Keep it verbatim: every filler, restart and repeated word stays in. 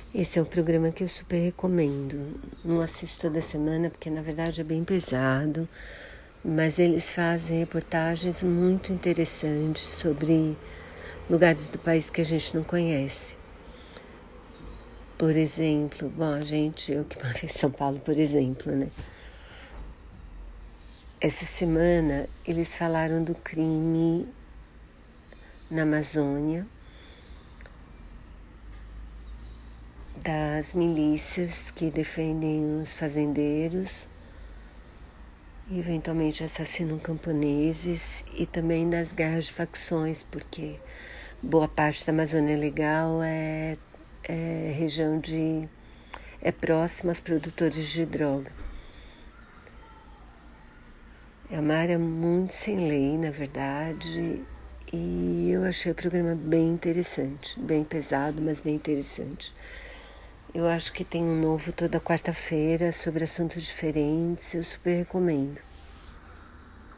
Esse é um programa que eu super recomendo. Não assisto toda semana porque na verdade é bem pesado, mas eles fazem reportagens muito interessantes sobre lugares do país que a gente não conhece. Por exemplo, bom, a gente, eu que moro em São Paulo, por exemplo, né? Essa semana eles falaram do crime na Amazônia, das milícias que defendem os fazendeiros e eventualmente assassinam camponeses, e também das guerras de facções, porque boa parte da Amazônia Legal é, é região de... é próxima aos produtores de droga. É uma área muito sem lei, na verdade, e eu achei o programa bem interessante, bem pesado, mas bem interessante. Eu acho que tem um novo toda quarta-feira sobre assuntos diferentes, eu super recomendo.